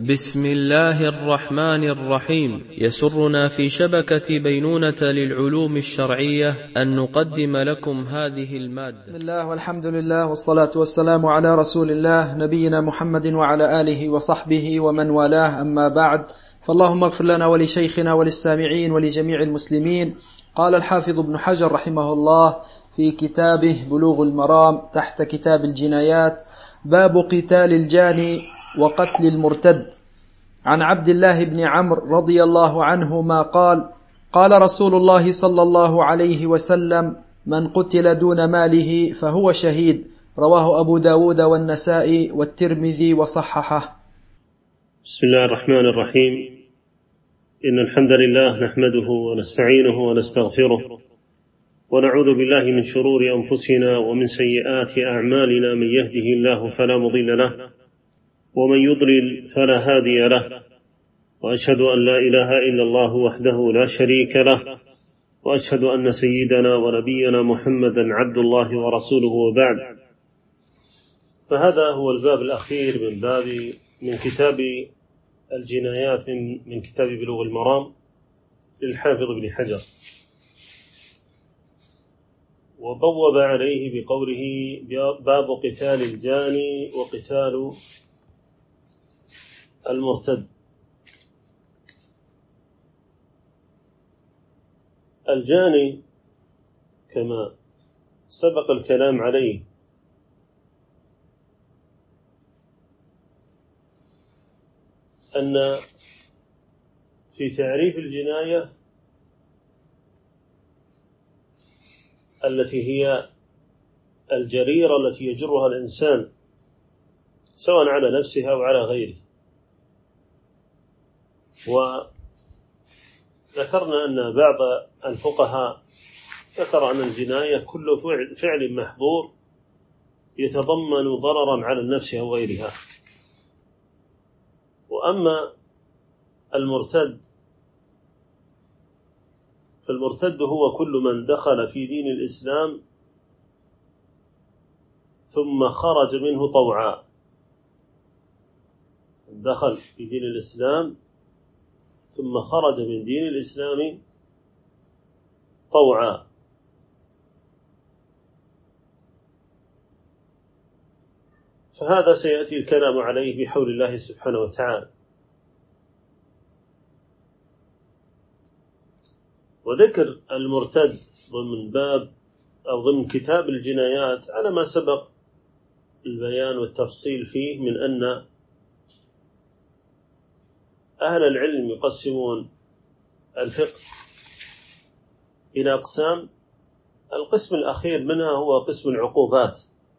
بسم الله الرحمن الرحيم. يسرنا في شبكة بينونة للعلوم الشرعية أن نقدم لكم هذه المادة. بسم الله والحمد لله والصلاة والسلام على رسول الله نبينا محمد وعلى آله وصحبه ومن والاه، أما بعد، فاللهم اغفر لنا ولشيخنا وللسامعين ولجميع المسلمين. قال الحافظ ابن حجر رحمه الله في كتابه بلوغ المرام تحت كتاب الجنايات: باب قتال الجاني وقتل المرتد. عن عبد الله بن عمرو رضي الله عنهما قال: قال رسول الله صلى الله عليه وسلم: من قتل دون ماله فهو شهيد. رواه أبو داود والنسائي والترمذي وصححه. بسم الله الرحمن الرحيم. إن الحمد لله نحمده ونستعينه ونستغفره ونعوذ بالله من شرور أنفسنا ومن سيئات أعمالنا، من يهده الله فلا مضل له ومن يضلل فلا هادي له، وأشهد أن لا إله إلا الله وحده لا شريك له، وأشهد أن سيدنا ونبينا محمدا عبد الله ورسوله، وبعد. فهذا هو الباب الأخير من كتاب الجنايات من كتاب بلوغ المرام للحافظ ابن حجر، وبوب عليه بقوله: باب قتال الجاني وقتال المرتد. الجاني كما سبق الكلام عليه أن في تعريف الجناية التي هي الجريرة التي يجرها الإنسان سواء على نفسه أو على غيره، وذكرنا أن بعض الفقهاء ذكر أن الجناية كل فعل محظور يتضمن ضررا على النفس أو غيرها. وأما المرتد فالمرتد هو كل من دخل في دين الإسلام ثم خرج منه طوعا. دخل في دين الإسلام ثم خرج من دين الإسلام طوعا. فهذا سيأتي الكلام عليه بحول الله سبحانه وتعالى. وذكر المرتد ضمن باب أو ضمن كتاب الجنايات على ما سبق البيان والتفصيل فيه، من أن أهل العلم يقسمون الفقه إلى أقسام. القسم الأخير منها هو قسم العقوبات،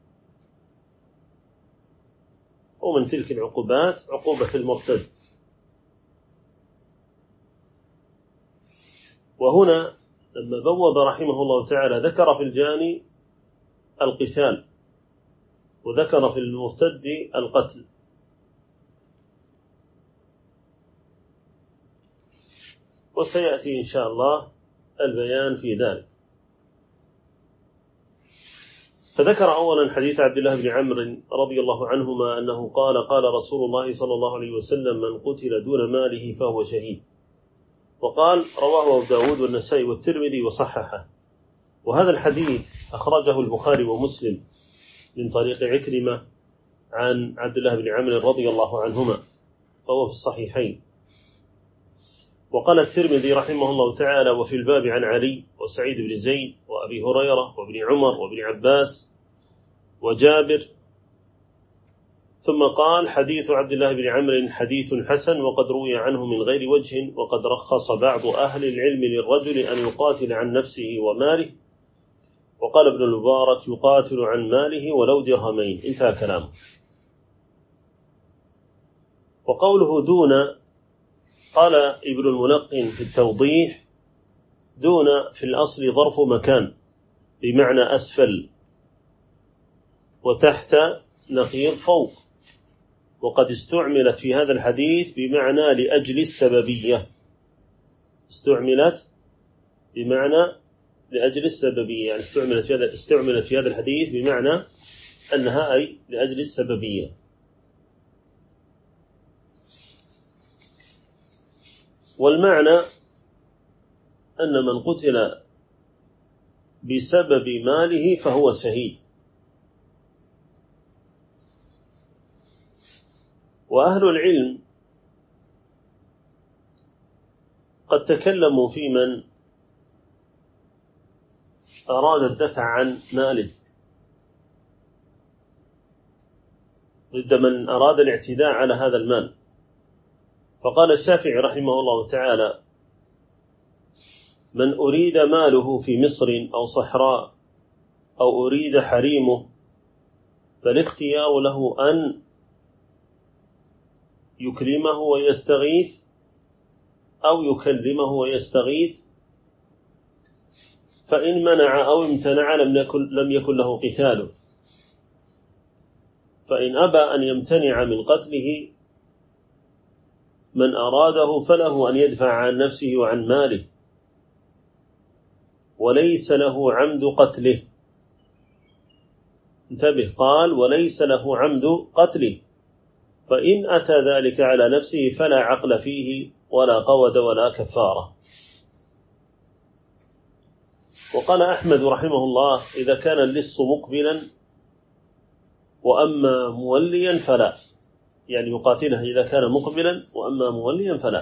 ومن تلك العقوبات عقوبة المرتد. وهنا لما بوب رحمه الله تعالى ذكر في الجاني القتال وذكر في المرتد القتل. وسيأتي إن شاء الله البيان في ذلك. فذكر أولا حديث عبد الله بن عمرو رضي الله عنهما أنه قال: قال رسول الله صلى الله عليه وسلم: من قتل دون ماله فهو شهيد. وقال: رواه أبو داود والنسائي والترمذي وصححه. وهذا الحديث أخرجه البخاري ومسلم من طريق عكرمة عن عبد الله بن عمرو رضي الله عنهما، وهو في الصحيحين. وقال الترمذي رحمه الله تعالى: وفي الباب عن علي وسعيد بن زيد وأبي هريرة وابن عمر وابن عباس وجابر. ثم قال: حديث عبد الله بن عمرو حديث حسن، وقد روي عنه من غير وجه، وقد رخص بعض أهل العلم للرجل أن يقاتل عن نفسه وماله. وقال ابن المبارك: يقاتل عن ماله ولو درهمين. انتهى كلامه. وقوله دون، قال ابن الملقن في التوضيح: دون في الأصل ظرف مكان بمعنى أسفل، وتحت نقيض فوق. وقد استعملت في هذا الحديث بمعنى لأجل السببية، استعملت بمعنى لأجل السببية، يعني استعملت في هذا الحديث بمعنى أنها أي لأجل السببية. والمعنى أن من قتل بسبب ماله فهو شهيد. وأهل العلم قد تكلموا في من أراد الدفع عن ماله ضد من أراد الاعتداء على هذا المال. فقال الشافعي رحمه الله تعالى: من أريد ماله في مصر أو صحراء أو أريد حريمه فالاختيار له أن يكرمه ويستغيث أو يكلمه ويستغيث، فإن منع أو امتنع لم يكن له قتال، فإن أبى أن يمتنع من قتله من أراده فله أن يدفع عن نفسه وعن ماله، وليس له عمد قتله. انتبه، قال وليس له عمد قتله، فإن أتى ذلك على نفسه فلا عقل فيه ولا قود ولا كفارة. وقال أحمد رحمه الله: إذا كان اللص مقبلا وأما موليا فلا، يعني يقاتله إذا كان مقبلا وأما موليا فلا.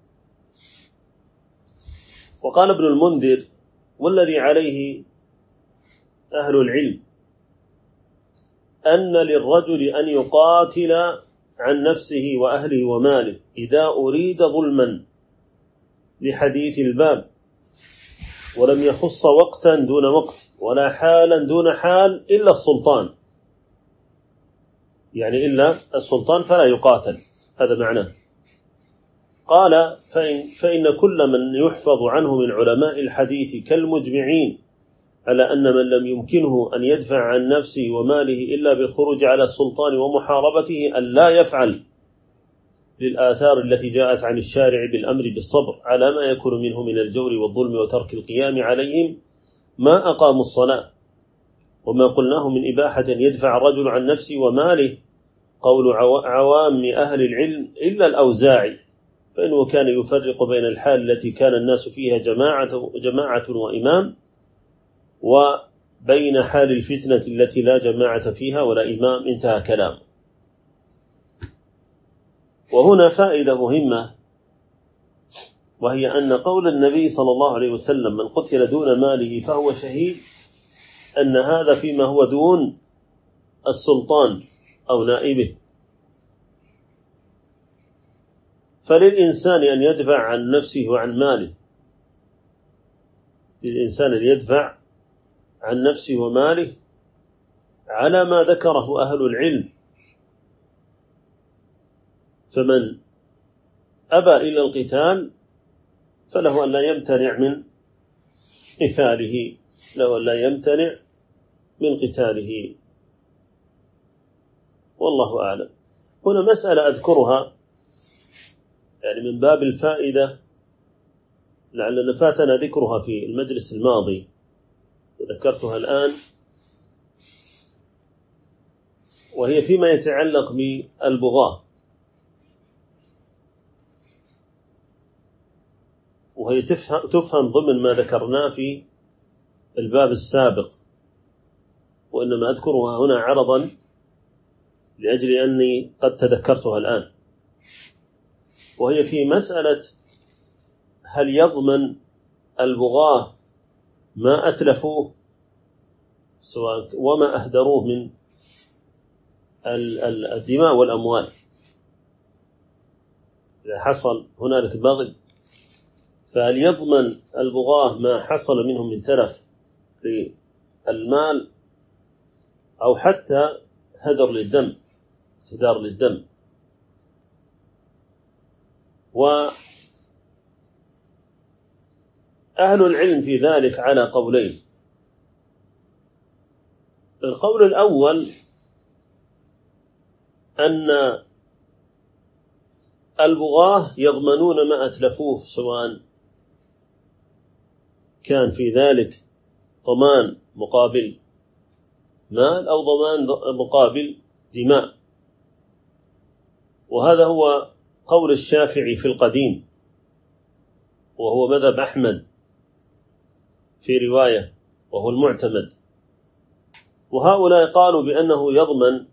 وقال ابن المنذر: والذي عليه أهل العلم أن للرجل أن يقاتل عن نفسه وأهله وماله إذا أريد ظلما، لحديث الباب، ولم يخص وقتا دون وقت ولا حالا دون حال إلا السلطان، يعني إلا السلطان فلا يقاتل، هذا معناه. قال: فإن كل من يحفظ عنه من علماء الحديث كالمجمعين على أن من لم يمكنه أن يدفع عن نفسه وماله إلا بالخروج على السلطان ومحاربته أن لا يفعل، للآثار التي جاءت عن الشارع بالأمر بالصبر على ما يكون منه من الجور والظلم وترك القيام عليهم ما أقاموا الصلاة، وما قلناه من إباحة يدفع الرجل عن نفسه وماله قول عوام أهل العلم إلا الأوزاعي، فإنه كان يفرق بين الحال التي كان الناس فيها جماعة وإمام وبين حال الفتنة التي لا جماعة فيها ولا إمام. انتهى كلام. وهنا فائدة مهمة، وهي أن قول النبي صلى الله عليه وسلم: من قتل دون ماله فهو شهيد، أن هذا فيما هو دون السلطان أو نائبه. فللإنسان أن يدفع عن نفسه وعن ماله، للإنسان أن يدفع عن نفسه وماله على ما ذكره أهل العلم. فمن أبى إلى القتال فله أن لا يمتنع من قتاله، له أن لا يمتنع من قتاله، والله أعلم. هنا مسألة أذكرها يعني من باب الفائدة، لعلنا فاتنا ذكرها في المجلس الماضي، ذكرتها الآن، وهي فيما يتعلق بالبغاة، وهي تفهم ضمن ما ذكرناه في الباب السابق، وإنما أذكرها هنا عرضا لأجل أني قد تذكرتها الآن. وهي في مسألة: هل يضمن البغاة ما أتلفوه سواء وما أهدروه من الدماء والأموال؟ إذا حصل هنالك بغي، فهل يضمن البغاة ما حصل منهم من تلف للمال أو حتى هدر للدم؟ وأهل العلم في ذلك على قولين. القول الأول أن البغاة يضمنون ما أتلفوه، سواء كان في ذلك ضمان مقابل مال أو ضمان مقابل دماء. وهذا هو قول الشافعي في القديم، وهو مذهب أحمد في رواية وهو المعتمد. وهؤلاء قالوا بأنه يضمن،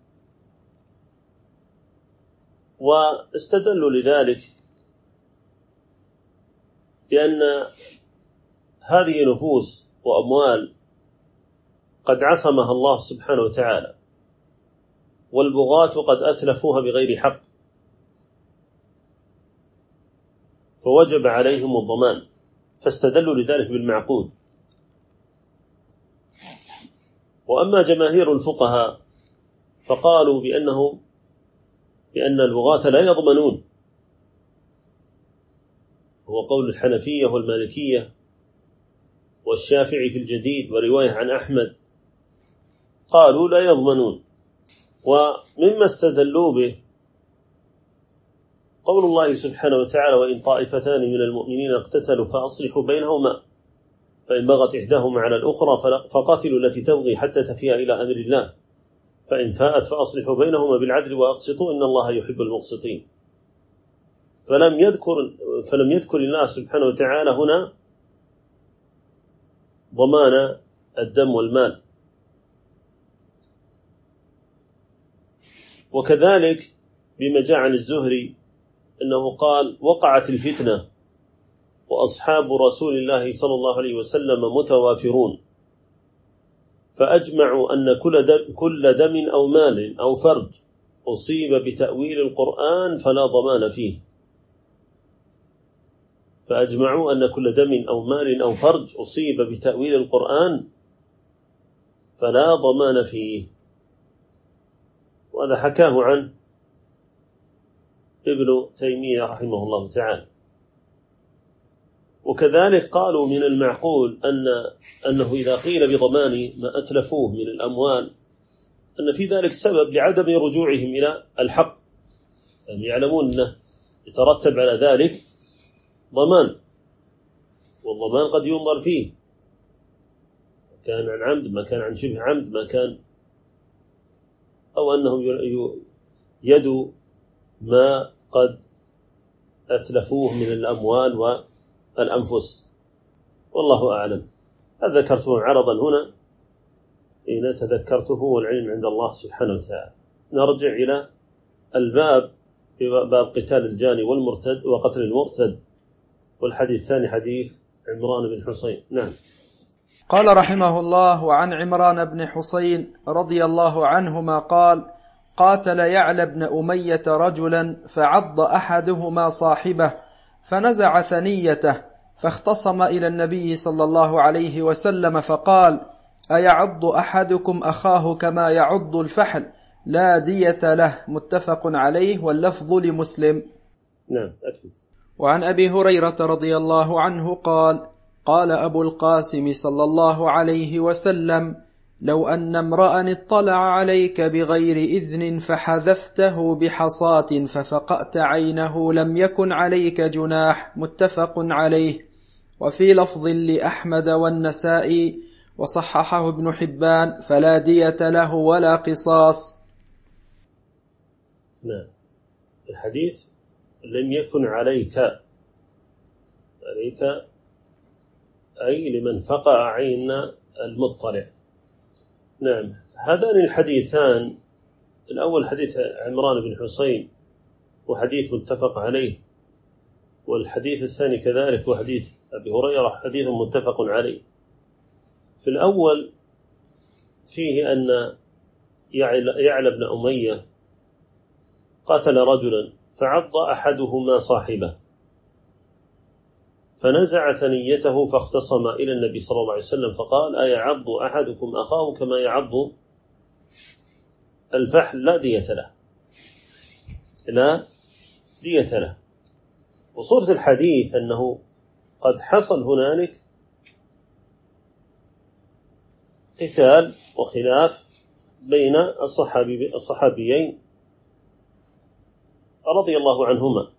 واستدلوا لذلك بأن هذه نفوس وأموال قد عصمها الله سبحانه وتعالى، والبغاة قد أتلفوها بغير حق، فوجب عليهم الضمان، فاستدلوا لذلك بالمعقول. وأما جماهير الفقهاء فقالوا بأن البغاة لا يضمنون، هو قول الحنفية والمالكية والشافعي في الجديد ورواية عن أحمد، قالوا لا يضمنون. ومما استدلوا به قول الله سبحانه وتعالى: وإن طائفتان من المؤمنين اقتتلوا فأصلحوا بينهما فإن بغت إحداهما على الأخرى فقاتلوا التي تبغي حتى تفيء إلى أمر الله فإن فاءت فأصلحوا بينهما بالعدل وأقسطوا إن الله يحب المقسطين. فلم يذكر الله سبحانه وتعالى هنا ضمان الدم والمال. وكذلك بما جاء عن الزهري أنه قال: وقعت الفتنة وأصحاب رسول الله صلى الله عليه وسلم متوافرون، فأجمعوا أن كل دم أو مال أو فرج أصيب بتأويل القرآن فلا ضمان فيه. فأجمعوا أن كل دم أو مال أو فرج أصيب بتأويل القرآن فلا ضمان فيه. وهذا حكاه عن ابن تيمية رحمه الله تعالى. وكذلك قالوا من المعقول أنه إذا قيل بضمان ما أتلفوه من الأموال أن في ذلك سبب لعدم رجوعهم إلى الحق، يعني يعلمون أنه يترتب على ذلك ضمان، والضمان قد ينظر فيه، كان عن عمد ما كان عن شبه عمد ما كان، أو أنهم يدوا ما قد أتلفوه من الأموال والأنفس، والله أعلم. هذا ذكرته عرضا هنا إن تذكرته، والعلم عند الله سبحانه وتعالى. نرجع إلى الباب، باب قتال الجاني والمرتد وقتل المرتد، والحديث الثاني حديث عمران بن حسين. نعم. قال رحمه الله: وعن عمران بن حسين رضي الله عنهما قال: قاتل يعلى بن أمية رجلا فعض أحدهما صاحبه فنزع ثنيته، فاختصم إلى النبي صلى الله عليه وسلم فقال: أيعض أحدكم أخاه كما يعض الفحل؟ لا دية له. متفق عليه، واللفظ لمسلم. نعم. أكيد. وعن أبي هريرة رضي الله عنه قال: قال أبو القاسم صلى الله عليه وسلم: لو أن امرأ اطلع عليك بغير إذن فحذفته بحصاة ففقأت عينه لم يكن عليك جناح. متفق عليه. وفي لفظ لأحمد والنسائي وصححه ابن حبان: فلا دية له ولا قصاص. نعم. الحديث لم يكن عليك أي لمن فقع عين المطلع. نعم. هذان الحديثان، الأول حديث عمران بن حسين وحديث متفق عليه، والحديث الثاني كذلك وحديث أبي هريرة حديث متفق عليه. في الأول فيه أن يعلى بن أمية قاتل رجلا فعض أحدهما صاحبه فنزع ثنيته فاختصم إلى النبي صلى الله عليه وسلم فقال: أيعض أحدكم أخاه كما يعض الفحل؟ لا دية له. لا دية له. وصورة الحديث أنه قد حصل هنالك قتال وخلاف بين الصحابيين رضي الله عنهما،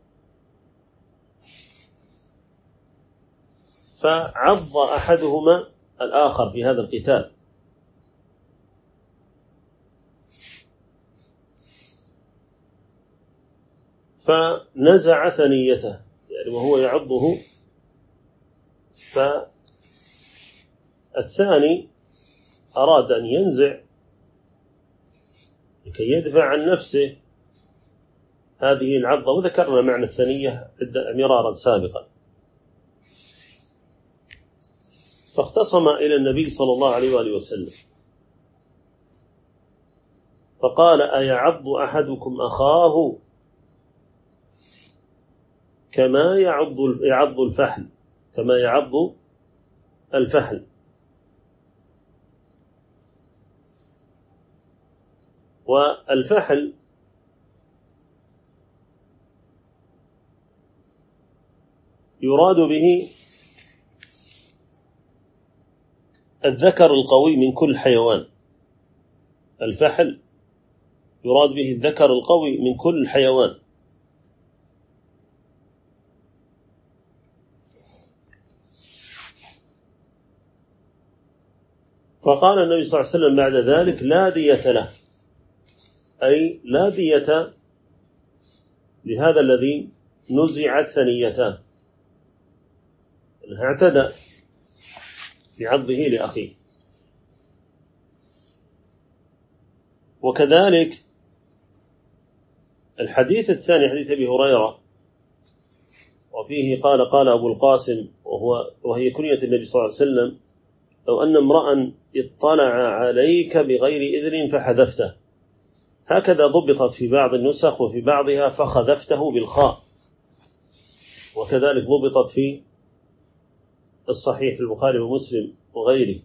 فعض أحدهما الآخر في هذا القتال، فنزع ثنيته، يعني وهو يعضه فالثاني أراد أن ينزع لكي يدفع عن نفسه هذه العضة، وذكرنا معنى الثنية مرارا سابقا. فاختصم إلى النبي صلى الله عليه وآله وسلم فقال: أيعض أحدكم أخاه كما يعض الفحل، كما يعض الفحل. والفحل يراد به الذكر القوي من كل حيوان. الفحل يراد به الذكر القوي من كل حيوان. فقال النبي صلى الله عليه وسلم بعد ذلك: لا دية له، أي لا دية لهذا الذي نزعت ثنيتان، إنه اعتدى بعضه لأخيه. وكذلك الحديث الثاني حديث أبي هريرة، وفيه قال أبو القاسم وهي كنية النبي صلى الله عليه وسلم: لو أن امرأ اطلع عليك بغير إذن فحذفته. هكذا ضبطت في بعض النسخ، وفي بعضها فخذفته بالخاء، وكذلك ضبطت في الصحيح في البخاري ومسلم وغيره.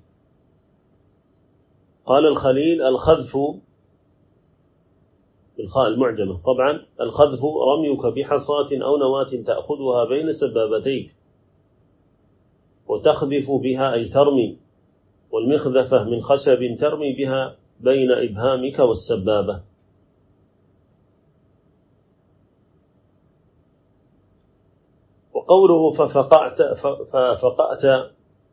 قال الخليل: الخذف بالخاء المعجمة. طبعا الخذف رميك بحصاة أو نواة تأخذها بين سبابتيك وتخذف بها، أي ترمي، والمخذفة من خشب ترمي بها بين إبهامك والسبابة. وقوله ففقأت،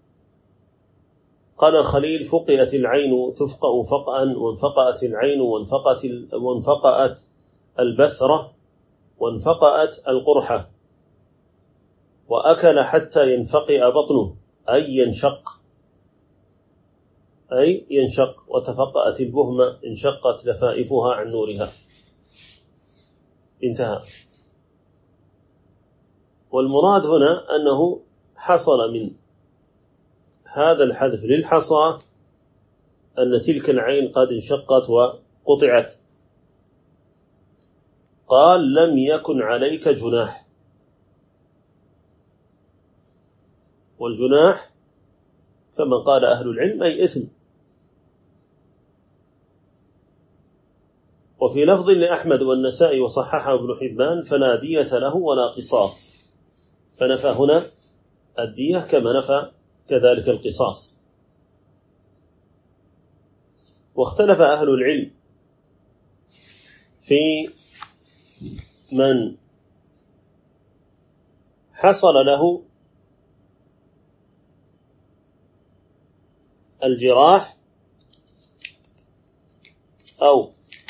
قال الخليل: فقئت العين تفقأ فقأ، وانفقأت العين، وانفقأت البثرة، وانفقأت القرحة، وأكل حتى ينفقئ بطنه، أي ينشق، وتفقأت البهمة، انشقت لفائفها عن نورها. انتهى. والمراد هنا أنه حصل من هذا الحذف للحصى أن تلك العين قد انشقت وقطعت. قال: لم يكن عليك جناح. والجناح كما قال أهل العلم أي إثم. وفي لفظ لأحمد والنسائي وصححه ابن حبان: فلا دية له ولا قصاص. فنفى هنا الدية كما نفى كذلك القصاص. واختلف أهل العلم في من حصل له الجراح أو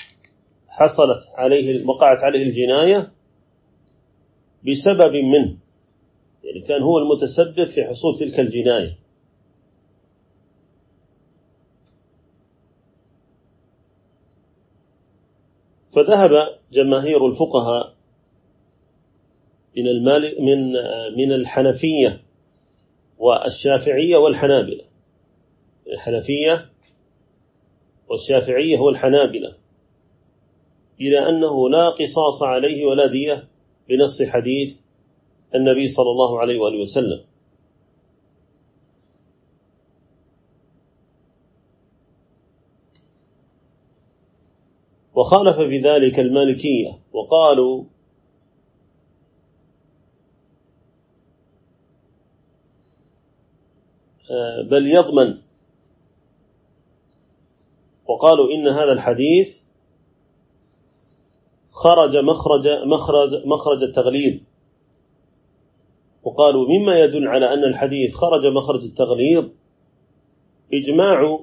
وقعت عليه الجناية بسبب منه، يعني كان هو المتسبب في حصول تلك الجناية. فذهب جماهير الفقهاء من الحنفية والشافعية والحنابلة، الحنفية والشافعية والحنابلة، إلى أنه لا قصاص عليه ولا دية بنص حديث النبي صلى الله عليه وآله وسلم. وخالف بذلك المالكية، وقالوا بل يضمن، وقالوا إن هذا الحديث خرج مخرج التغليظ، وقالوا مما يدل على أن الحديث خرج مخرج التغليظ إجماع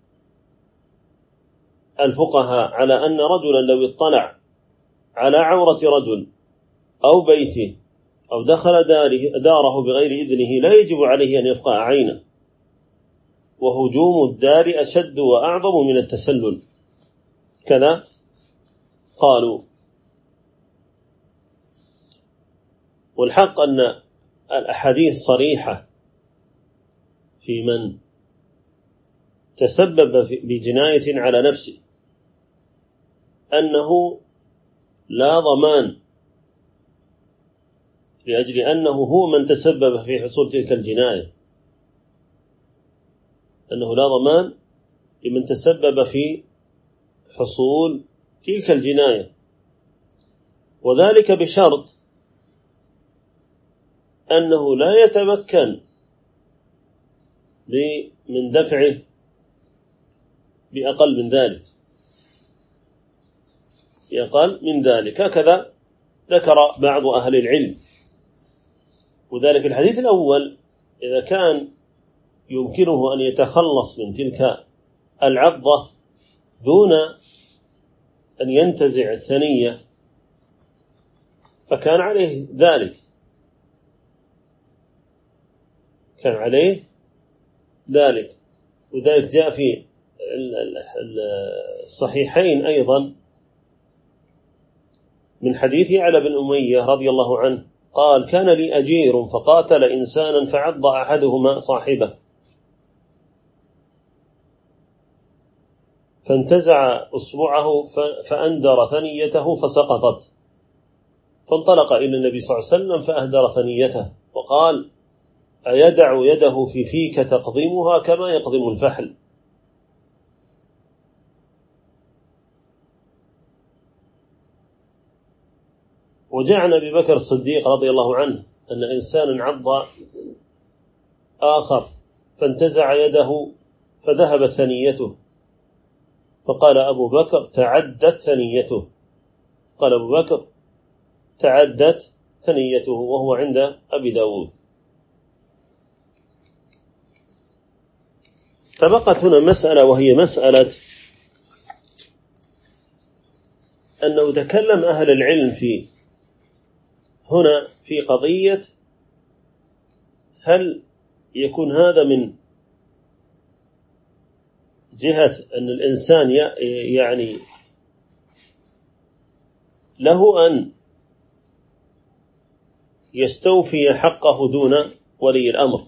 الفقهاء على أن رجلا لو اطلع على عورة رجل أو بيته أو دخل داره بغير إذنه لا يجب عليه أن يفقع عينه، وهجوم الدار أشد وأعظم من التسلل، كذا قالوا. والحق أن الأحاديث صريحة في من تسبب بجناية على نفسه أنه لا ضمان، لأجل أنه هو من تسبب في حصول تلك الجناية، أنه لا ضمان لمن تسبب في حصول تلك الجناية، وذلك بشرط أنه لا يتمكن من دفعه بأقل من ذلك، بأقل من ذلك، هكذا ذكر بعض أهل العلم. وذلك الحديث الأول إذا كان يمكنه أن يتخلص من تلك العضة دون أن ينتزع الثنية فكان عليه ذلك، كان عليه ذلك. وذلك جاء في الصحيحين أيضا من حديث علي بن أمية رضي الله عنه قال: كان لي أجير فقاتل إنسانا فعض أحدهما صاحبه فانتزع أصبعه فأندر ثنيته فسقطت، فانطلق إلى النبي صلى الله عليه وسلم فأهدر ثنيته وقال: أيدع يده في فيك تقضمها كما يقضم الفحل؟ وجاء عن أبي بكر الصديق رضي الله عنه أن إنسانا عض آخر فانتزع يده فذهبت ثنيته، فقال أبو بكر: تعدت ثنيته. قال أبو بكر: تعدت ثنيته، وهو عند أبي داود. فبقت هنا مسألة، وهي مسألة أنه تكلم أهل العلم هنا في قضية هل يكون هذا من جهة أن الإنسان يعني له أن يستوفي حقه دون ولي الأمر.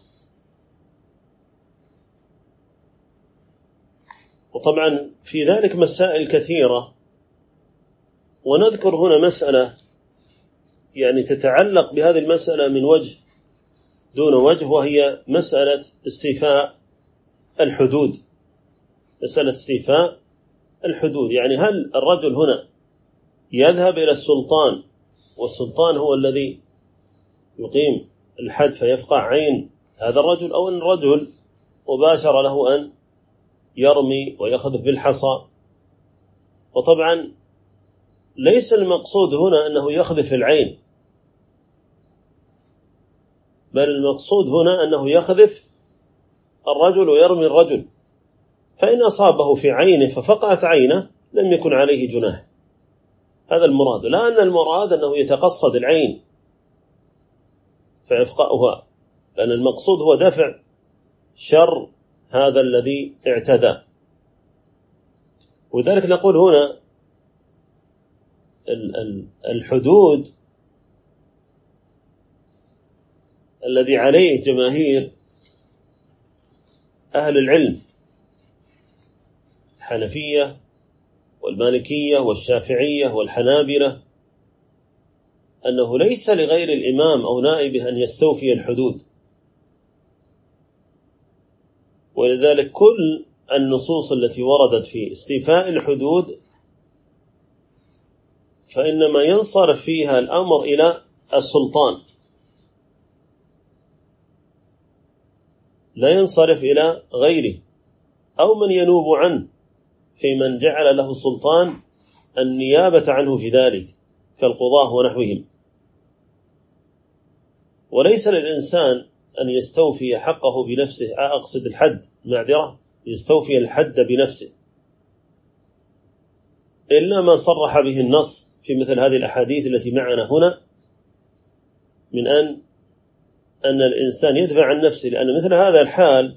وطبعا في ذلك مسائل كثيرة، ونذكر هنا مسألة يعني تتعلق بهذه المسألة من وجه دون وجه، وهي مسألة استيفاء الحدود. مسألة استيفاء الحدود، يعني هل الرجل هنا يذهب إلى السلطان والسلطان هو الذي يقيم الحد فيفقع عين هذا الرجل، أو أن الرجل مباشر له أن يرمي ويأخذ بالحصى؟ وطبعا ليس المقصود هنا أنه يخذف العين، بل المقصود هنا أنه يخذف الرجل ويرمي الرجل، فإن أصابه في عينه ففقعت عينه لم يكن عليه جناح. هذا المراد، لا أن المراد أنه يتقصد العين فيفقعها، لأن المقصود هو دفع شر هذا الذي اعتدى. وذلك نقول هنا الحدود الذي عليه جماهير أهل العلم الحنفية والمالكية والشافعية والحنابلة أنه ليس لغير الإمام أو نائبه أن يستوفي الحدود. ولذلك كل النصوص التي وردت في استيفاء الحدود فإنما ينصرف فيها الأمر إلى السلطان، لا ينصرف إلى غيره أو من ينوب عنه، في من جعل له السلطان النيابة عنه في ذلك كالقضاة ونحوهم. وليس للإنسان أن يستوفي حقه بنفسه، أقصد الحد، معذرة، يستوفي الحد بنفسه، إلا ما صرح به النص في مثل هذه الأحاديث التي معنا هنا من أن الإنسان يدفع عن نفسه، لأن مثل هذا الحال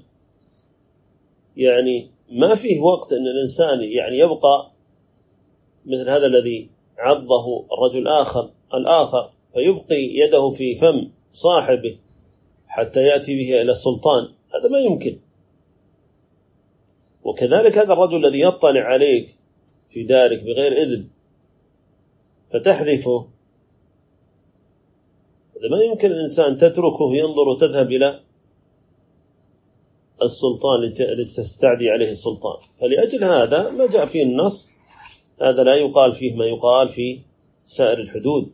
يعني ما فيه وقت أن الإنسان يعني يبقى مثل هذا الذي عضه الرجل الآخر فيبقي يده في فم صاحبه حتى يأتي به إلى السلطان، هذا ما يمكن. وكذلك هذا الرجل الذي يطلع عليك في دارك بغير إذن فتحذفه، هذا ما يمكن الإنسان تتركه ينظر وتذهب إلى السلطان لتستعدي عليه السلطان. فلأجل هذا ما جاء فيه النص هذا لا يقال فيه ما يقال في سائر الحدود.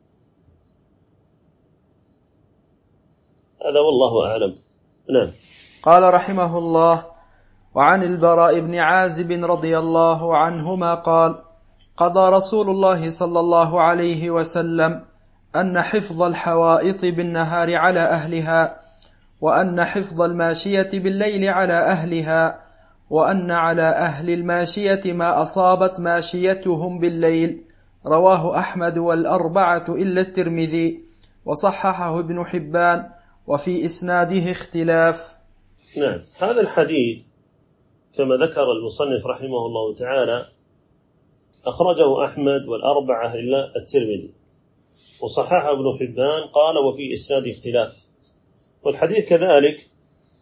هذا والله أعلم. نعم. قال رحمه الله: وعن البراء بن عازب رضي الله عنهما قال: قضى رسول الله صلى الله عليه وسلم أن حفظ الحوائط بالنهار على أهلها، وأن حفظ الماشية بالليل على أهلها، وأن على أهل الماشية ما أصابت ماشيتهم بالليل. رواه أحمد والأربعة إلا الترمذي، وصححه ابن حبان، وفي إسناده اختلاف. نعم. هذا الحديث كما ذكر المصنف رحمه الله تعالى أخرجه أحمد والأربعة إلا الترمذي، وصححه ابن حبان قال وفي إسناده اختلاف. والحديث كذلك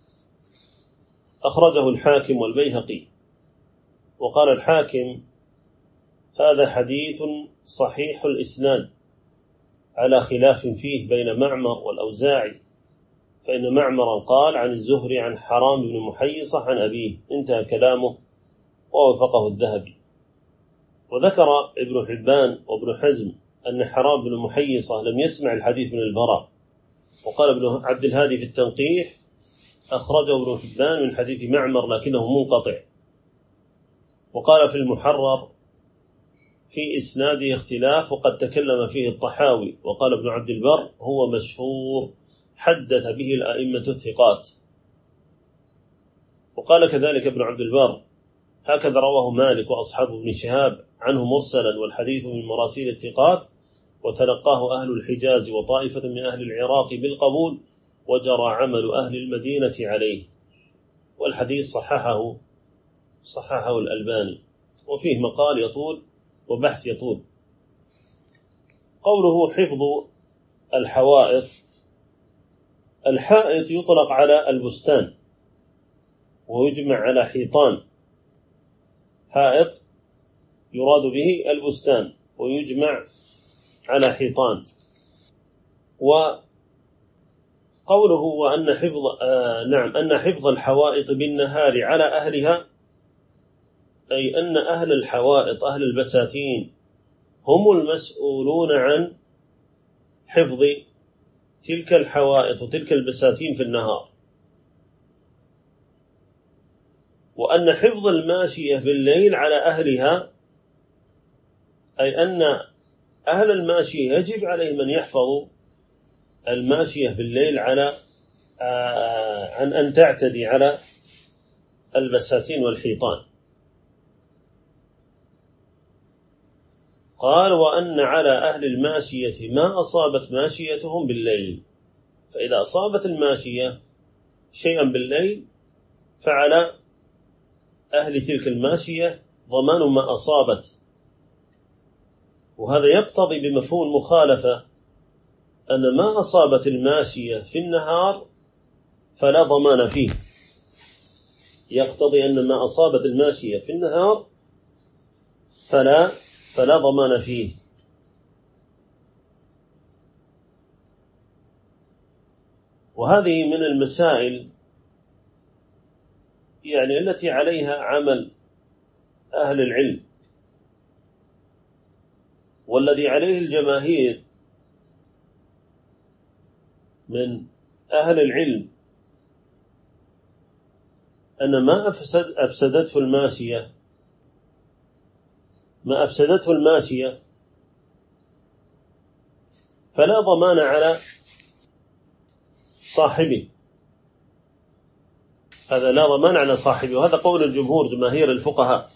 أخرجه الحاكم والبيهقي، وقال الحاكم هذا حديث صحيح الإسناد على خلاف فيه بين معمر والأوزاعي، فإن معمرا قال عن الزهري عن حرام بن محيصة عن أبيه، انتهى كلامه ووفقه الذهبي. وذكر ابن حبان وابن حزم أن حرام بن محيصة لم يسمع الحديث من البراء، وقال ابن عبد الهادي في التنقيح أخرجه ابن حبان من حديث معمر لكنه منقطع. وقال في المحرر في إسناده اختلاف وقد تكلم فيه الطحاوي، وقال ابن عبد البر هو مشهور حدث به الأئمة الثقات. وقال كذلك ابن عبد البر هكذا رواه مالك وأصحاب ابن شهاب عنه مرسلا، والحديث من مراسيل الثقات، وتلقاه أهل الحجاز وطائفة من أهل العراق بالقبول، وجرى عمل أهل المدينة عليه. والحديث صححه الألباني، وفيه مقال يطول وبحث يطول. قوله حفظ الحوائط، الحائط يطلق على البستان ويجمع على حيطان. حائط يراد به البستان ويجمع على حيطان. وقوله وأن أن حفظ الحوائط بالنهار على أهلها، أي أن أهل الحوائط أهل البساتين هم المسؤولون عن حفظ تلك الحوائط وتلك البساتين في النهار. وأن حفظ الماشية بالليل على أهلها، أي أن أهل الماشية يجب عليهم أن يحفظوا الماشية بالليل على عن أن تعتدي على البساتين والحيطان. قال وأن على أهل الماشية ما أصابت ماشيتهم بالليل، فإذا أصابت الماشية شيئا بالليل فعلى أهل تلك الماشية ضمان ما أصابت. وهذا يقتضي بمفهوم المخالفة أن ما أصابت الماشية في النهار فلا ضمان فيه، يقتضي أن ما أصابت الماشية في النهار فلا ضمان فيه. وهذه من المسائل يعني التي عليها عمل أهل العلم، والذي عليه الجماهير من أهل العلم أن ما أفسدته الماشية فلا ضمان على صاحبه، هذا لا ضمان على صاحبه، وهذا قول الجمهور جماهير الفقهاء.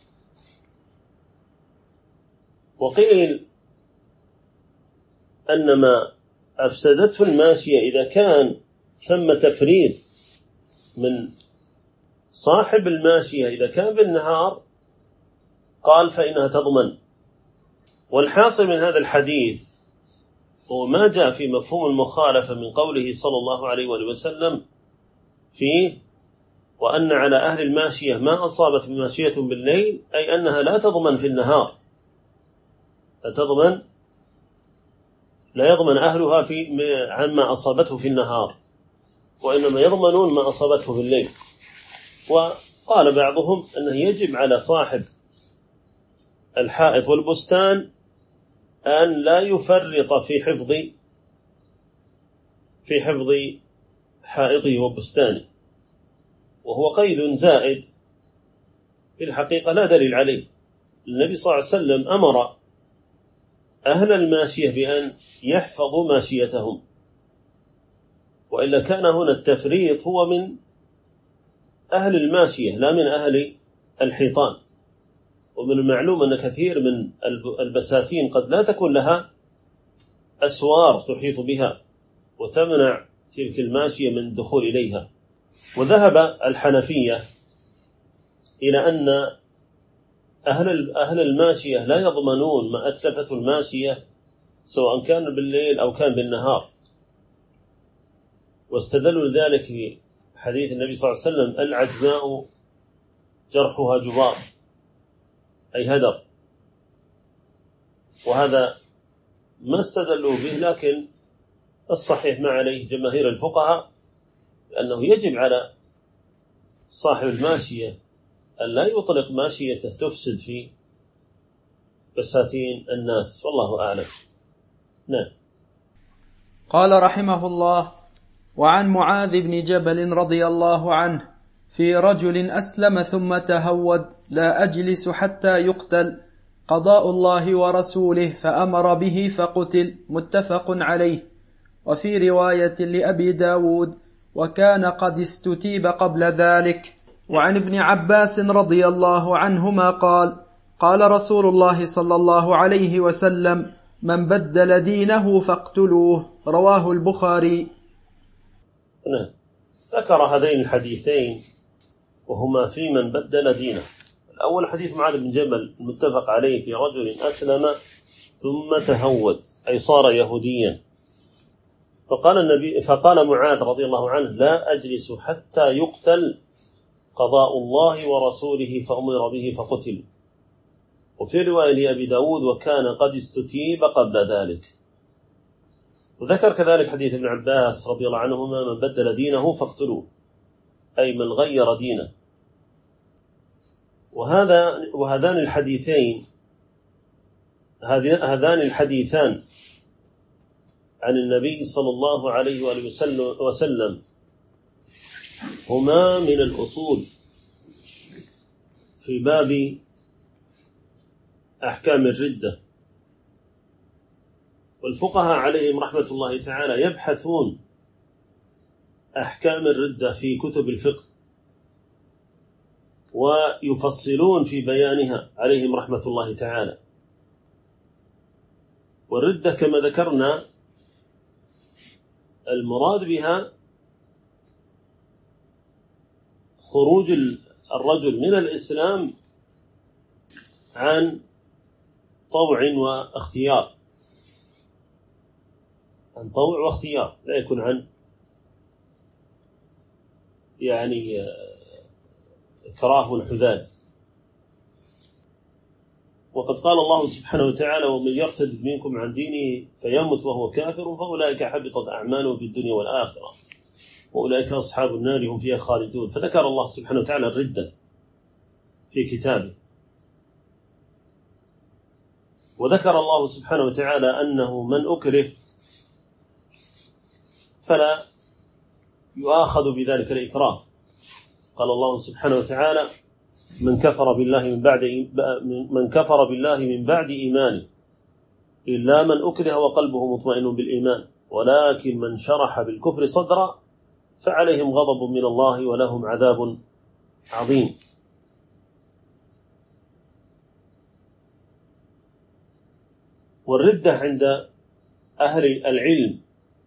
وقيل أن ما أفسدته الماشية إذا كان ثم تفريط من صاحب الماشية إذا كان بالنهار قال فإنها تضمن. والحاصل من هذا الحديث هو ما جاء في مفهوم المخالفة من قوله صلى الله عليه وسلم فيه وأن على أهل الماشية ما أصابت ماشية بالليل، أي أنها لا تضمن في النهار، لا يضمن أهلها عما أصابته في النهار، وإنما يضمنون ما أصابته في الليل. وقال بعضهم أنه يجب على صاحب الحائط والبستان أن لا يفرط في حفظ حائطه وبستانه، وهو قيد زائد في الحقيقة لا دليل عليه. النبي صلى الله عليه وسلم أمر أهل الماشية بأن يحفظوا ماشيتهم، وإلا كان هنا التفريط هو من أهل الماشية لا من أهل الحيطان. ومن المعلوم أن كثير من البساتين قد لا تكون لها أسوار تحيط بها وتمنع تلك الماشية من الدخول إليها. وذهب الحنفية إلى أن أهل الماشية لا يضمنون ما أتلفته الماشية سواء كان بالليل أو كان بالنهار، واستدلوا لذلك في حديث النبي صلى الله عليه وسلم العجماء جرحها جبار، أي هدر. وهذا ما استدلوا به، لكن الصحيح ما عليه جماهير الفقهاء لأنه يجب على صاحب الماشية أن لا يطلق ماشيته تفسد في بساتين الناس، والله أعلم. نعم. قال رحمه الله: وعن معاذ بن جبل رضي الله عنه في رجل أسلم ثم تهود: لا أجلس حتى يقتل، قضاء الله ورسوله، فأمر به فقتل. متفق عليه. وفي رواية لأبي داود: وكان قد استتيب قبل ذلك. وعن ابن عباس رضي الله عنهما قال: قال رسول الله صلى الله عليه وسلم: من بدل دينه فاقتلوه. رواه البخاري. ذكر هذين الحديثين وهما في من بدل دينه. الأول حديث معاذ بن جبل المتفق عليه في رجل أسلم ثم تهود، أي صار يهوديا. فقال معاذ رضي الله عنه: لا أجلس حتى يقتل، قضاء الله ورسوله، فأمر به فقتل. وفي رواية لأبي داود: وكان قد استتيب قبل ذلك. وذكر كذلك حديث ابن عباس رضي الله عنهما: من بدل دينه فاقتلوه، أي من غير دينه. وهذان الحديثان عن النبي صلى الله عليه وآله وسلم هما من الأصول في باب أحكام الردة. والفقهاء عليهم رحمة الله تعالى يبحثون أحكام الردة في كتب الفقه ويفصلون في بيانها عليهم رحمة الله تعالى. والردة كما ذكرنا المراد بها خروج الرجل من الإسلام عن طوع واختيار، عن طوع واختيار، لا يكون عن إكراه والحذال. وقد قال الله سبحانه وتعالى: ومن يرتد منكم عن دينه فيمت وهو كافر فأولئك حبطت أعمالهم في الدنيا والآخرة وأولئك أصحاب النار هم فيها خالدون. فذكر الله سبحانه وتعالى الردة في كتابه، وذكر الله سبحانه وتعالى أنه من أكره فلا يؤاخذ بذلك الإكراه. قال الله سبحانه وتعالى: من كفر بالله من بعد إيمانه إلا من أكره وقلبه مطمئن بالإيمان ولكن من شرح بالكفر صدرا فعليهم غضب من الله ولهم عذاب عظيم. والردة عند أهل العلم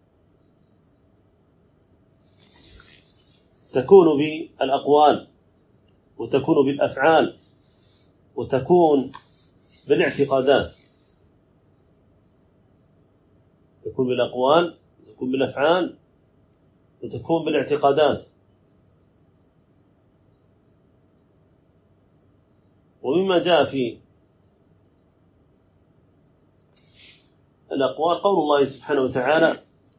تكون بالأقوال، وتكون بالأفعال، وتكون بالاعتقادات. تكون بالأقوال، تكون بالأفعال، وتكون بالاعتقادات. ومما جاء في الأقوال قول الله سبحانه وتعالى: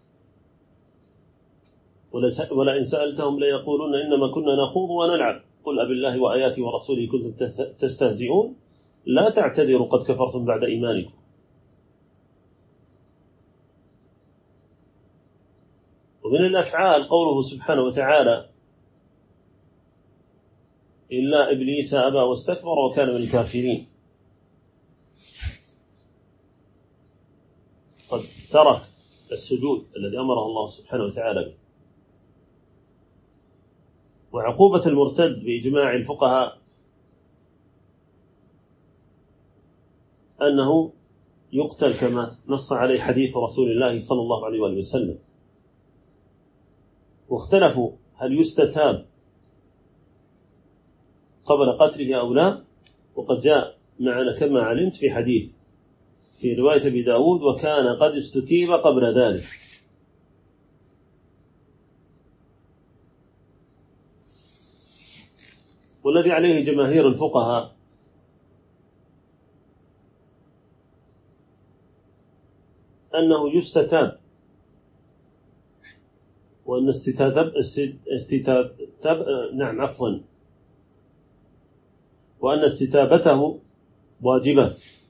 ولئن سألتهم ليقولون إنما كنا نخوض ونلعب قل أبالله وآياته ورسوله كنتم تستهزئون لا تعتذروا قد كفرتم بعد إيمانكم. ومن الأفعال قوله سبحانه وتعالى: إلا إبليس أبى واستكبر وكان من الكافرين. قد ترك السجود الذي أمره الله سبحانه وتعالى به. وعقوبة المرتد بإجماع الفقهاء أنه يقتل كما نص عليه حديث رسول الله صلى الله عليه وسلم. واختلفوا هل يستتاب قبل قتله أو لا، وقد جاء معنا كما علمت في حديث في رواية أبي داود: وكان قد استتيب قبل ذلك. والذي عليه جماهير الفقهاء أنه يستتاب، وأن وأن استتابته واجبة،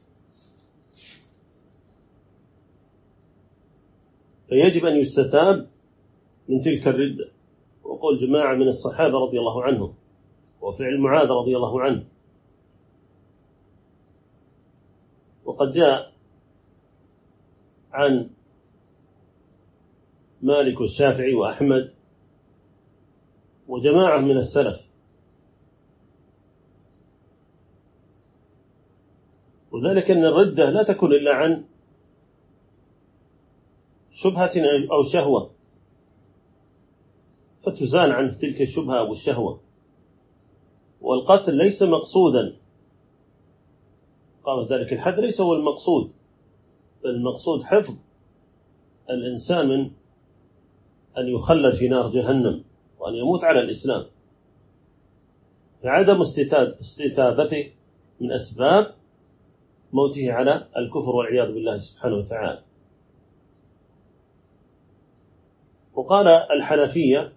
فيجب أن يستتاب من تلك الردة. وقول جماعة من الصحابة رضي الله عنهم، وفعل معاذ رضي الله عنه. وقد جاء عن مالك والشافعي وأحمد وجماعة من السلف، وذلك أن الردة لا تكون إلا عن شبهة أو شهوة، فتزال عن تلك الشبهة أو الشهوة. والقتل ليس مقصودا، قام ذلك الحد ليس هو المقصود، بل المقصود حفظ الإنسان من أن يخلد في نار جهنم وأن يموت على الإسلام. فعدم استتابته من أسباب موته على الكفر والعياذ بالله سبحانه وتعالى. وقال الحنفية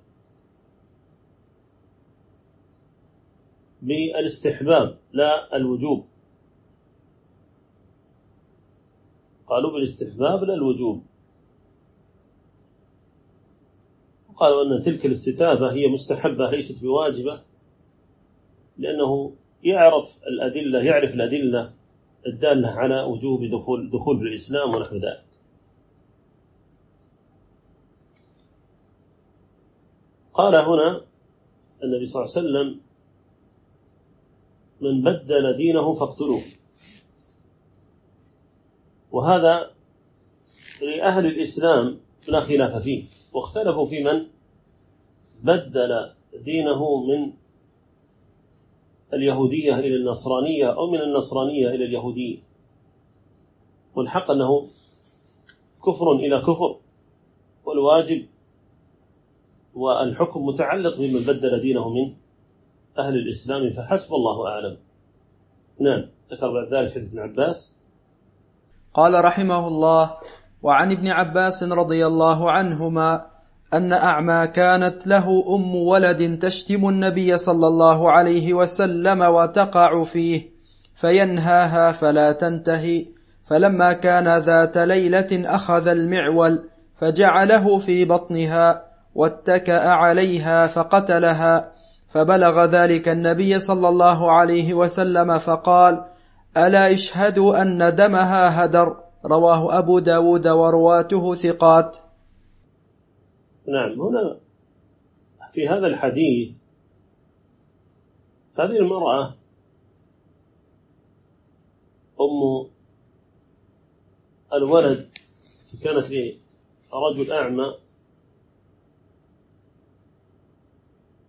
بالاستحباب لا الوجوب، قالوا بالاستحباب لا الوجوب. وقالوا أن تلك الاستتابة هي مستحبة ليست بواجبة، لأنه يعرف الأدلة الدالة على وجوب دخول بالإسلام ونحو ذلك. قال هنا النبي صلى الله عليه وسلم: من بدل دينه فاقتلوه. وهذا لأهل الإسلام لا خلاف فيه، واختلفوا في من بدل دينه من اليهودية إلى النصرانية أو من النصرانية إلى اليهودية. والحق أنه كفر إلى كفر، والواجب والحكم متعلق بمن بدل دينه من أهل الإسلام، فحسب الله أعلم. نعم. ذكر بعد ذلك حديث ابن عباس قال رحمه الله: وعن ابن عباس رضي الله عنهما أن أعمى كانت له أم ولد تشتم النبي صلى الله عليه وسلم وتقع فيه فينهاها فلا تنتهي، فلما كان ذات ليلة أخذ المعول فجعله في بطنها واتكأ عليها فقتلها، فبلغ ذلك النبي صلى الله عليه وسلم فقال: ألا اشهدوا أن دمها هدر. رواه أبو داود ورواته ثقات. نعم. هنا في هذا الحديث هذه المرأة أم الولد كانت لرجل أعمى،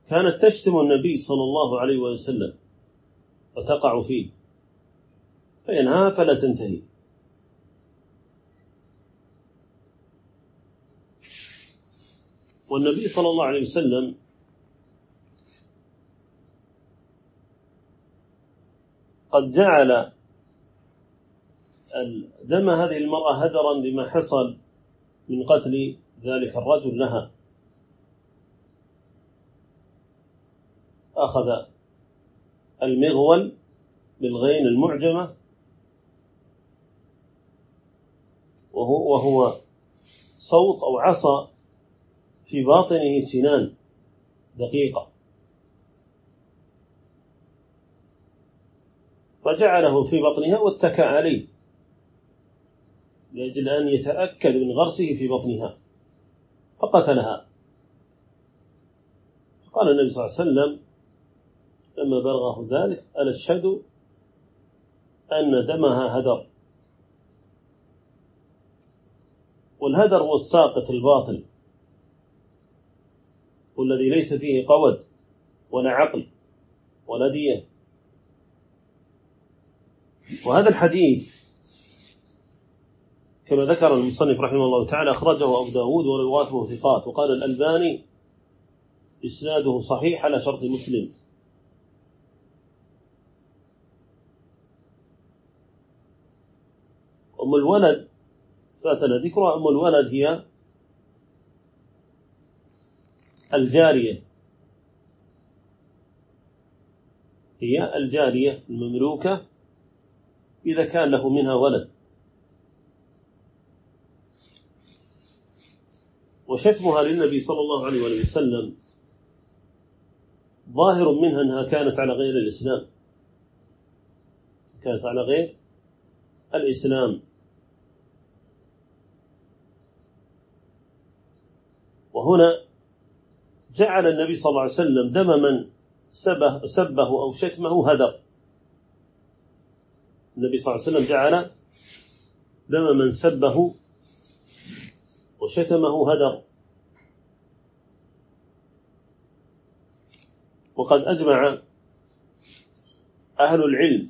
كانت تشتم النبي صلى الله عليه وسلم وتقع فيه، فينهاها فلا تنتهي. والنبي صلى الله عليه وسلم قد جعل دم هذه المرأة هدرا لما حصل من قتل ذلك الرجل لها. أخذ المغول بالغين المعجمة وهو صوت أو عصا في باطنه سنان دقيقة، فجعله في بطنها واتكى عليه لأجل أن يتأكد من غرسه في بطنها، فقتلها. قال النبي صلى الله عليه وسلم لما بلغه ذلك: ألا أشهد أن دمها هدر. والهدر هو الساقط الباطل، والذي ليس فيه قود ولا عقل ولا دية. وهذا الحديث كما ذكر المصنف رحمه الله تعالى أخرجه أبو داود ورواته ثقات، وقال الألباني إسناده صحيح على شرط مسلم. أم الولد فاتنا ذكرها. أم الولد هي الجارية، هي الجارية المملوكة إذا كان له منها ولد. وشتمها للنبي صلى الله عليه وسلم ظاهر منها أنها كانت على غير الإسلام، كانت على غير الإسلام. وهنا جعل النبي صلى الله عليه وسلم دم من سبه أو شتمه هدر. النبي صلى الله عليه وسلم جعل دم من سبه وشتمه هدر. وقد أجمع أهل العلم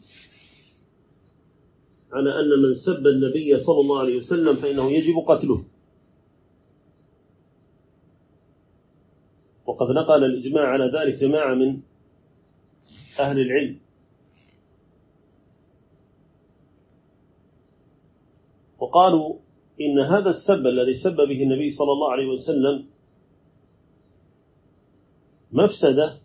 على أن من سب النبي صلى الله عليه وسلم فإنه يجب قتله. وقد نقل الإجماع على ذلك جماعة من أهل العلم. وقالوا إن هذا السب الذي سب به النبي صلى الله عليه وسلم مفسدة،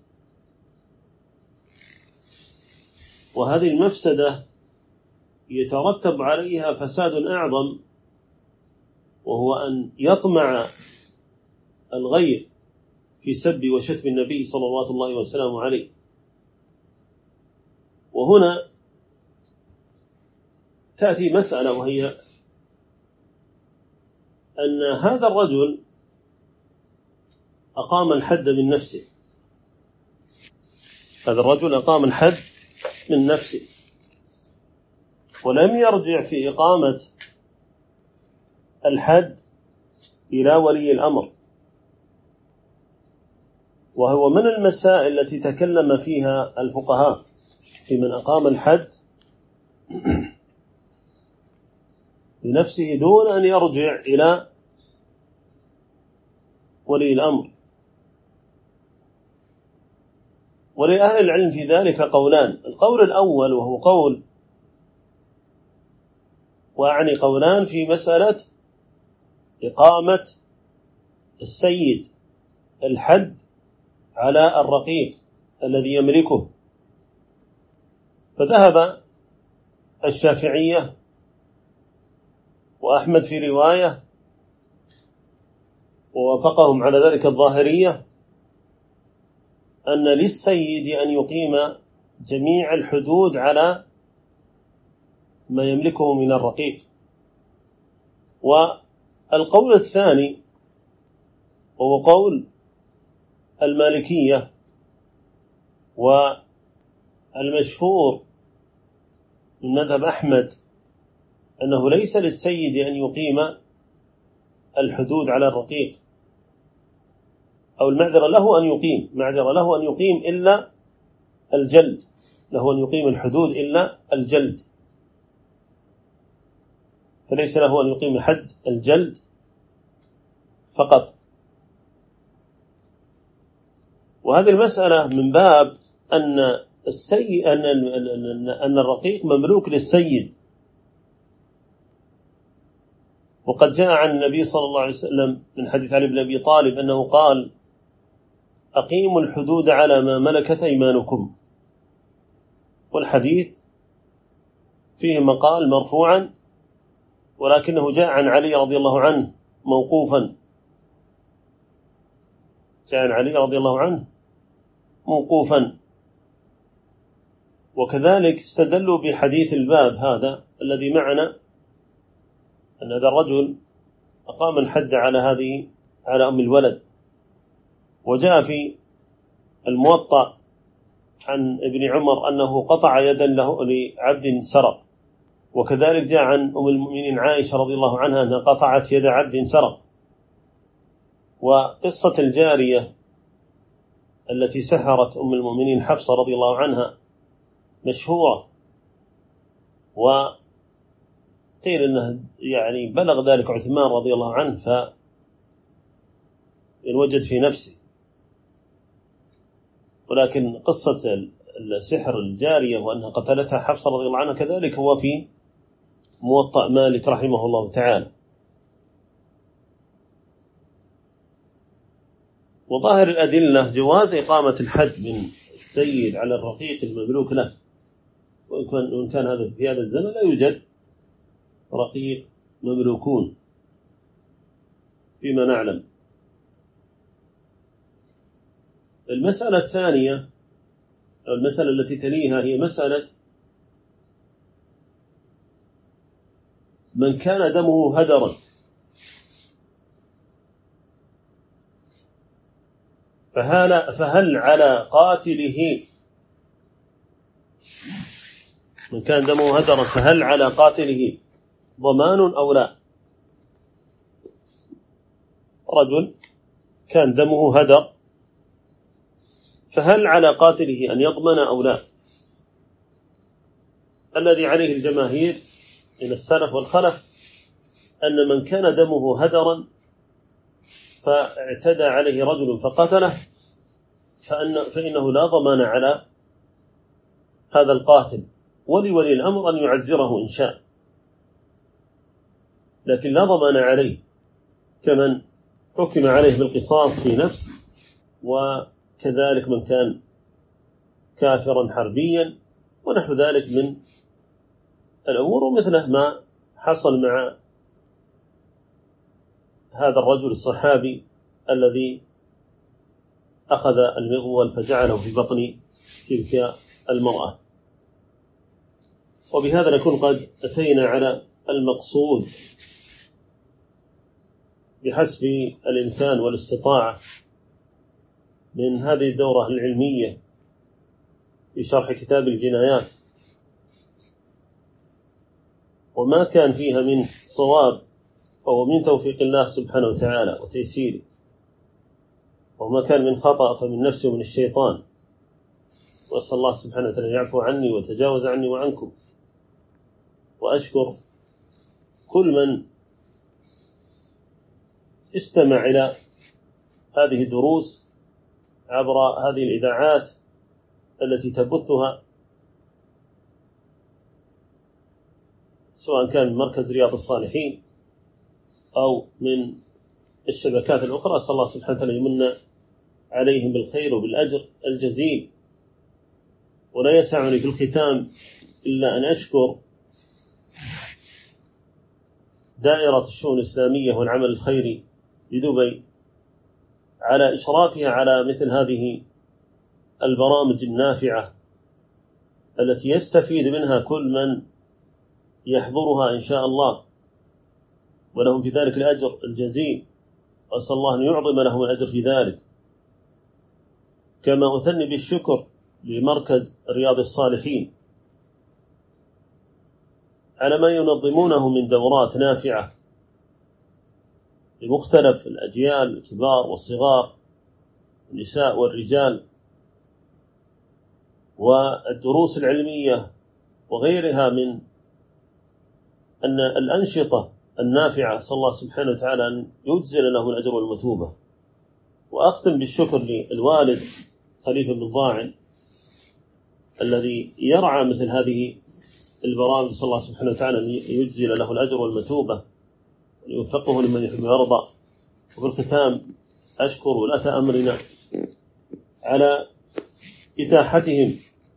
وهذه المفسدة يترتب عليها فساد أعظم، وهو أن يطمع الغير في سب وشتم النبي صلى الله وسلم عليه. وهنا تأتي مسألة، وهي أن هذا الرجل أقام الحد من نفسه. هذا الرجل أقام الحد من نفسه ولم يرجع في إقامة الحد إلى ولي الأمر، وهو من المسائل التي تكلم فيها الفقهاء في من أقام الحد بنفسه دون أن يرجع إلى ولي الأمر. ولأهل العلم في ذلك قولان. القول الأول وهو قول، وأعني قولان في مسألة إقامة السيد الحد على الرقيق الذي يملكه. فذهب الشافعية وأحمد في رواية، ووافقهم على ذلك الظاهرية، أن للسيد أن يقيم جميع الحدود على ما يملكه من الرقيق. والقول الثاني وهو قول المالكية، والمشهور من مذهب أحمد، أنه ليس للسيد أن يقيم الحدود على الرقيق، أو المعذرة له أن يقيم، معذرة له أن يقيم إلا الجلد، له أن يقيم الحدود إلا الجلد، فليس له أن يقيم حد الجلد فقط. وهذه المسألة من باب أن أن الرقيق مملوك للسيد، وقد جاء عن النبي صلى الله عليه وسلم من حديث علي بن أبي طالب أنه قال: أقيموا الحدود على ما ملكت أيمانكم. والحديث فيه مقال مرفوعا، ولكنه جاء عن علي رضي الله عنه موقوفا، جاء عن علي رضي الله عنه موقوفا. وكذلك استدلوا بحديث الباب هذا الذي معنا، أن هذا الرجل أقام الحد على أم الولد. وجاء في الموطأ عن ابن عمر أنه قطع يدا له لعبد سرق، وكذلك جاء عن أم المؤمنين عائشة رضي الله عنها أنها قطعت يد عبد سرق. وقصة الجارية التي سحرت أم المؤمنين حفصة رضي الله عنها مشهورة، وقيل أنه يعني بلغ ذلك عثمان رضي الله عنه فوجد في نفسه. ولكن قصة السحر الجارية وأنها قتلتها حفصة رضي الله عنها كذلك هو في موطأ مالك رحمه الله تعالى. وظاهر الأدلة جواز إقامة الحد من السيد على الرقيق المملوك له، وإن كان هذا في هذا الزمن لا يوجد رقيق مملوكون فيما نعلم. المسألة الثانية أو المسألة التي تليها هي مسألة من كان دمه هدرا، فهل على قاتله، من كان دمه هدرا فهل على قاتله ضمان أو لا؟ رجل كان دمه هدر، فهل على قاتله أن يضمن أو لا؟ الذي عليه الجماهير من السلف والخلف أن من كان دمه هدرا فاعتدى عليه رجل فقتله فإنه لا ضمان على هذا القاتل، ولولي الأمر أن يعزره إن شاء، لكن لا ضمان عليه كمن حكم عليه بالقصاص في نفس، وكذلك من كان كافرا حربيا ونحو ذلك من الأمور. ومثله ما حصل مع هذا الرجل الصحابي الذي أخذ المغول فجعله في بطن تلك المرأة. وبهذا نكون قد أتينا على المقصود بحسب الإمكان والاستطاعة من هذه الدورة العلمية في شرح كتاب الجنايات، وما كان فيها من صواب فهو من توفيق الله سبحانه وتعالى وتيسيره، وما كان من خطأ فمن نفسه ومن الشيطان. وأسأل الله سبحانه وتعالى يعفو عني وتجاوز عني وعنكم. وأشكر كل من استمع إلى هذه الدروس عبر هذه الإذاعات التي تبثها، سواء كان من مركز رياض الصالحين أو من الشبكات الأخرى. أسأل الله سبحانه وتعالى يمن عليهم بالخير وبالأجر الجزيل. ولا يسعني في الختام إلا أن أشكر دائرة الشؤون الإسلامية والعمل الخيري بدبي على إشرافها على مثل هذه البرامج النافعة التي يستفيد منها كل من يحضرها إن شاء الله، ولهم في ذلك الأجر الجزيل، وأسأل الله أن يعظم لهم الأجر في ذلك. كما أثني بالشكر لمركز رياض الصالحين على ما ينظمونه من دورات نافعة لمختلف الأجيال الكبار والصغار النساء والرجال والدروس العلمية وغيرها من أن الأنشطة النافعة، صلى الله سبحانه وتعالى أن يجزل له الأجر والمثوبة. وأختم بالشكر للوالد خليفة بن ضاعن الذي يرعى مثل هذه البرامج، صلى الله سبحانه وتعالى أن يجزل له الأجر والمثوبة ويوفقه لمن يحب ويرضى. وبالختام أشكر ولاة أمرنا على إتاحتهم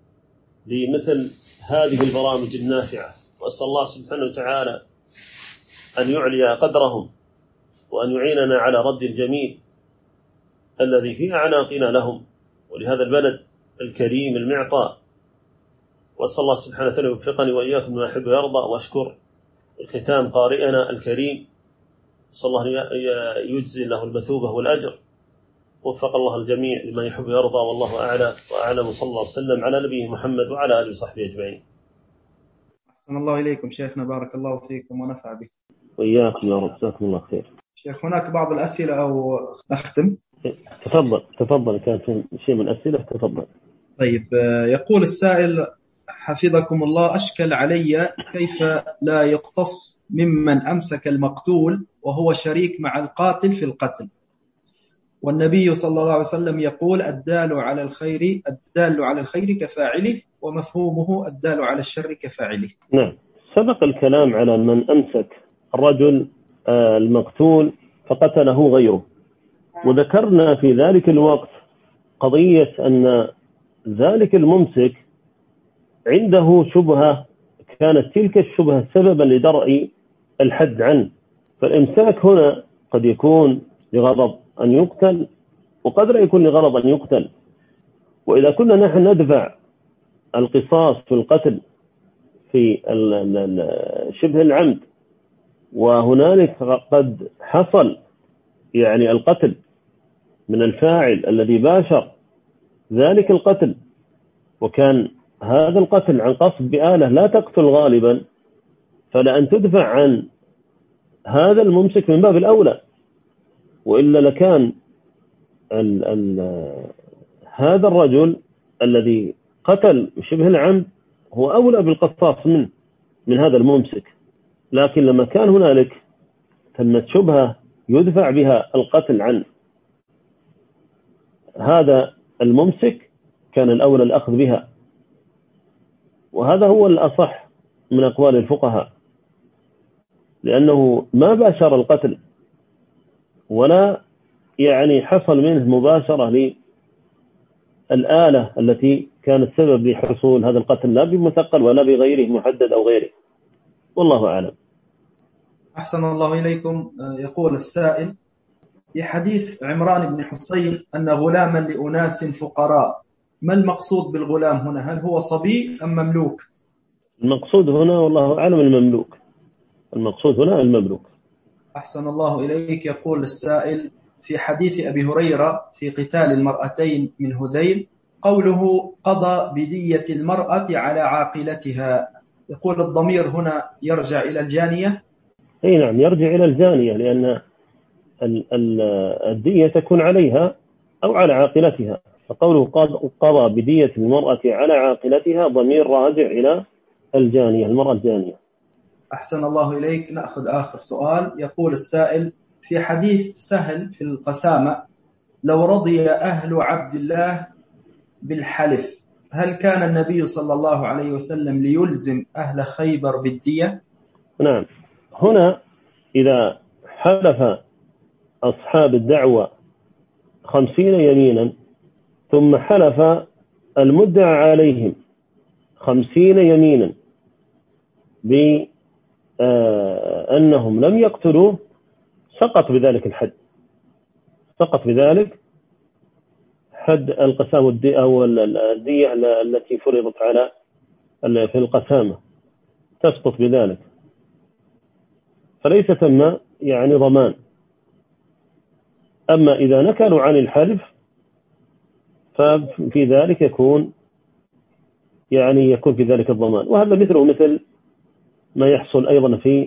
لمثل هذه البرامج النافعة، وأسأل الله سبحانه وتعالى أن يعلي قدرهم وأن يعيننا على رد الجميل الذي في أعناقنا لهم ولهذا البلد الكريم المعطى. وأسأل الله سبحانه وتعالى يوفقني وإياكم ما يحب ويرضى. وأشكر الختام قارئنا الكريم، صلى الله يجزي له المثوبة والأجر. وفق الله الجميع لما يحب ويرضى، والله أعلى وأعلم. صلى الله وسلم على نبيه محمد وعلى آله وصحبه أجمعين. أحسن الله إليكم شيخنا، بارك الله فيكم ونفع بكم. وإياكم يا رب، جزاكم الله خير. شيخ هناك بعض الأسئلة أو أختم؟ تفضل، كان في شيء من أسئلة، تفضل. طيب، يقول السائل حفظكم الله: أشكل علي كيف لا يقتص ممن أمسك المقتول وهو شريك مع القاتل في القتل، والنبي صلى الله عليه وسلم يقول: الدال على الخير كفاعله، ومفهومه الدال على الشر كفاعله. نعم، سبق الكلام على من أمسك الرجل المقتول فقتله غيره، وذكرنا في ذلك الوقت قضية أن ذلك الممسك عنده شبهة، كانت تلك الشبهة سببا لدرء الحد عنه. فالإمساك هنا قد يكون لغرض أن يقتل، وقد لا يكون لغرض أن يقتل. وإذا كنا نحن ندفع القصاص في القتل في شبه العمد، وهنالك قد حصل يعني القتل من الفاعل الذي باشر ذلك القتل، وكان هذا القتل عن قصد بآلة لا تقتل غالبا، فلأن تدفع عن هذا الممسك من باب الأولى. وإلا لكان هذا الرجل الذي قتل شبه العمد هو أولى بالقصاص من هذا الممسك. لكن لما كان هنالك ثمة شبهة يدفع بها القتل عن هذا الممسك، كان الأولى الأخذ بها. وهذا هو الأصح من أقوال الفقهاء، لأنه ما باشر القتل ولا يعني حصل منه مباشرة للآلة التي كانت سبب لحصول هذا القتل، لا بمثقل ولا بغيره محدد أو غيره، والله أعلم. أحسن الله إليكم. يقول السائل: في حديث عمران بن حسين أن غلاما لأناس فقراء، ما المقصود بالغلام هنا؟ هل هو صبي أم مملوك؟ المقصود هنا والله أعلم المملوك، المقصود هنا المملوك. أحسن الله إليك. يقول السائل: في حديث أبي هريرة في قتال المرأتين من هذيل قوله: قضى بدية المرأة على عاقلتها، يقول الضمير هنا يرجع إلى الجانية؟ أي نعم، يرجع إلى الجانية، لأن الدية تكون عليها أو على عاقلتها. فقوله قضى بدية المرأة على عاقلتها ضمير راجع إلى الجانية، المرأة الجانية. أحسن الله إليك. نأخذ آخر سؤال. يقول السائل: في حديث سهل في القسامة: لو رضي أهل عبد الله بالحلف، هل كان النبي صلى الله عليه وسلم ليلزم أهل خيبر بالدية؟ نعم، هنا إذا حلف أصحاب الدعوة 50 يمينا ثم حلف المدعى عليهم 50 يمينا بأنهم لم يقتلوه، سقط بذلك الحد، سقط بذلك حد القسام أو الدية التي فرضت على في القسامة، تسقط بذلك، فليس ثم يعني ضمان. أما إذا نكلوا عن الحلف ففي ذلك يكون في ذلك الضمان. وهذا مثل ما يحصل أيضا في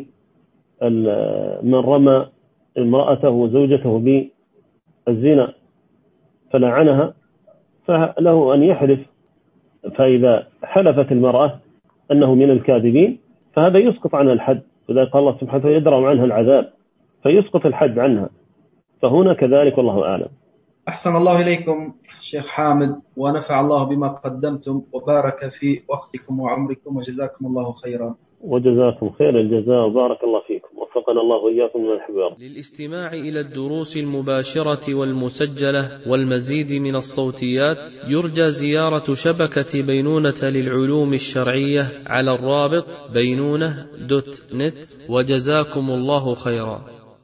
من رمى امرأته وزوجته بالزنا، فلعنها، فله أن يحلف، فإذا حلفت المرأة أنه من الكاذبين فهذا يسقط عنها الحد، وذلك قال الله سبحانه وتعالى يدرأ عنها العذاب فيسقط الحد عنها، فهنا كذلك والله أعلم. أحسن الله إليكم شيخ حامد، ونفع الله بما قدمتم وبارك في وقتكم وعمركم، وجزاكم الله خيرا. وجزاكم خير الجزاء وبارك الله فيكم، وفقنا الله وإياكم من الحوار. للاستماع إلى الدروس المباشرة والمسجلة والمزيد من الصوتيات يرجى زيارة شبكة بينونة للعلوم الشرعية على الرابط بينونة.net، وجزاكم الله خيرا.